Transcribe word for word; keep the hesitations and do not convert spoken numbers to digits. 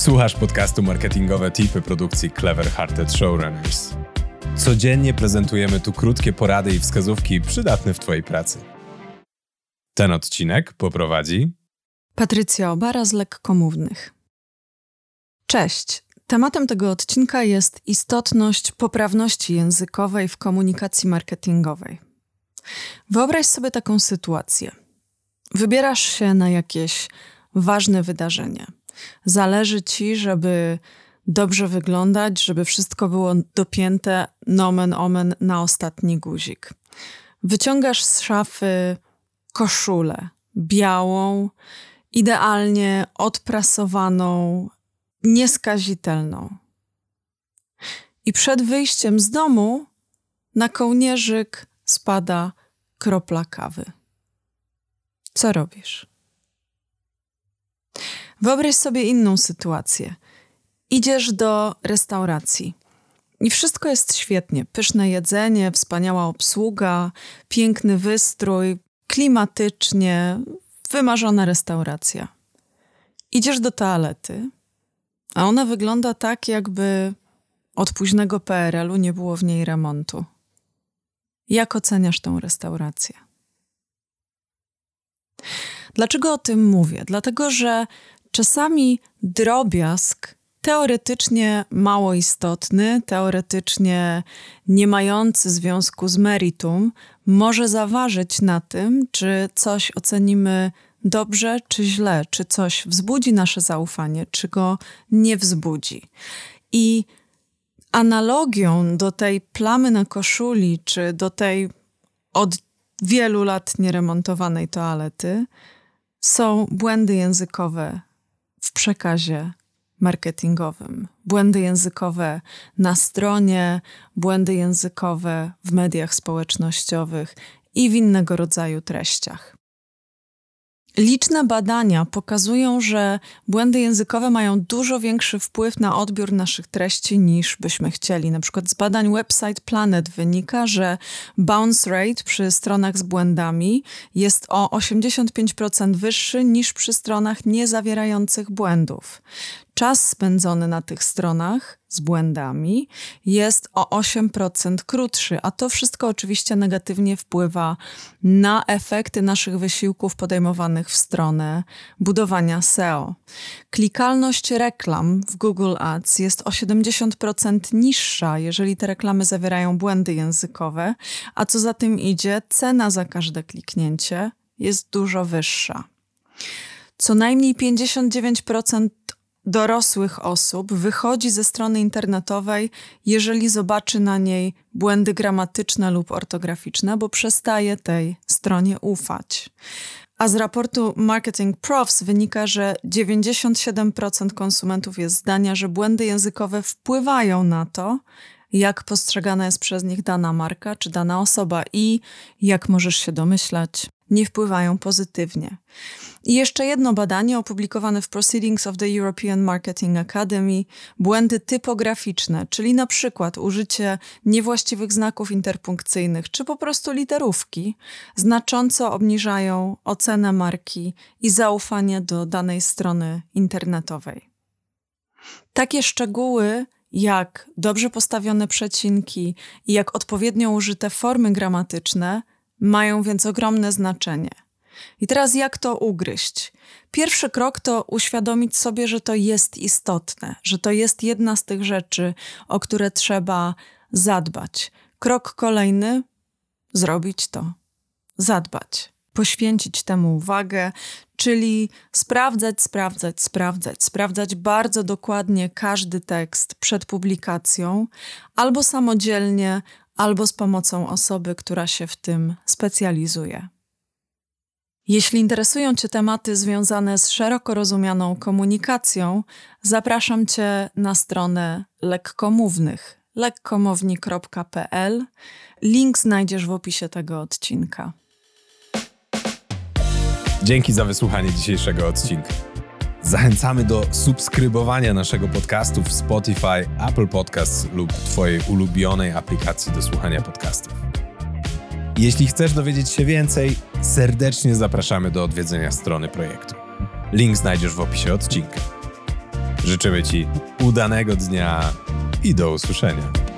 Słuchasz podcastu Marketingowe Tipy produkcji Clever Hearted Showrunners. Codziennie prezentujemy tu krótkie porady i wskazówki przydatne w Twojej pracy. Ten odcinek poprowadzi Patrycja Obara z Lekkomównych. Cześć! Tematem tego odcinka jest istotność poprawności językowej w komunikacji marketingowej. Wyobraź sobie taką sytuację. Wybierasz się na jakieś ważne wydarzenie. Zależy ci, żeby dobrze wyglądać, żeby wszystko było dopięte nomen omen na ostatni guzik. Wyciągasz z szafy koszulę białą, idealnie odprasowaną, nieskazitelną. I przed wyjściem z domu na kołnierzyk spada kropla kawy. Co robisz? Wyobraź sobie inną sytuację. Idziesz do restauracji i wszystko jest świetnie. Pyszne jedzenie, wspaniała obsługa, piękny wystrój, klimatycznie, wymarzona restauracja. Idziesz do toalety, a ona wygląda tak, jakby od późnego P R L u nie było w niej remontu. Jak oceniasz tę restaurację? Dlaczego o tym mówię? Dlatego, że czasami drobiazg teoretycznie mało istotny, teoretycznie nie mający związku z meritum, może zaważyć na tym, czy coś ocenimy dobrze czy źle, czy coś wzbudzi nasze zaufanie, czy go nie wzbudzi. I analogią do tej plamy na koszuli, czy do tej od wielu lat nieremontowanej toalety są błędy językowe w przekazie marketingowym. Błędy językowe na stronie, błędy językowe w mediach społecznościowych i w innego rodzaju treściach. Liczne badania pokazują, że błędy językowe mają dużo większy wpływ na odbiór naszych treści niż byśmy chcieli. Na przykład z badań Website Planet wynika, że bounce rate przy stronach z błędami jest o osiemdziesiąt pięć procent wyższy niż przy stronach nie zawierających błędów. Czas spędzony na tych stronach z błędami jest o osiem procent krótszy, a to wszystko oczywiście negatywnie wpływa na efekty naszych wysiłków podejmowanych w stronę budowania S E O. Klikalność reklam w Google Ads jest o siedemdziesiąt procent niższa, jeżeli te reklamy zawierają błędy językowe, a co za tym idzie, cena za każde kliknięcie jest dużo wyższa. Co najmniej pięćdziesiąt dziewięć procent dorosłych osób wychodzi ze strony internetowej, jeżeli zobaczy na niej błędy gramatyczne lub ortograficzne, bo przestaje tej stronie ufać. A z raportu Marketing Profs wynika, że dziewięćdziesiąt siedem procent konsumentów jest zdania, że błędy językowe wpływają na to, jak postrzegana jest przez nich dana marka czy dana osoba i, jak możesz się domyślać, nie wpływają pozytywnie. I jeszcze jedno badanie opublikowane w Proceedings of the European Marketing Academy, błędy typograficzne, czyli na przykład użycie niewłaściwych znaków interpunkcyjnych czy po prostu literówki, znacząco obniżają ocenę marki i zaufanie do danej strony internetowej. Takie szczegóły jak dobrze postawione przecinki i jak odpowiednio użyte formy gramatyczne mają więc ogromne znaczenie. I teraz jak to ugryźć? Pierwszy krok to uświadomić sobie, że to jest istotne, że to jest jedna z tych rzeczy, o które trzeba zadbać. Krok kolejny – zrobić to. Zadbać. Poświęcić temu uwagę, czyli sprawdzać, sprawdzać, sprawdzać, sprawdzać bardzo dokładnie każdy tekst przed publikacją, albo samodzielnie, albo z pomocą osoby, która się w tym specjalizuje. Jeśli interesują Cię tematy związane z szeroko rozumianą komunikacją, zapraszam Cię na stronę Lekkomównych lekkomowni kropka p l. Link znajdziesz w opisie tego odcinka. Dzięki za wysłuchanie dzisiejszego odcinka. Zachęcamy do subskrybowania naszego podcastu w Spotify, Apple Podcasts lub Twojej ulubionej aplikacji do słuchania podcastów. Jeśli chcesz dowiedzieć się więcej, serdecznie zapraszamy do odwiedzenia strony projektu. Link znajdziesz w opisie odcinka. Życzymy Ci udanego dnia i do usłyszenia.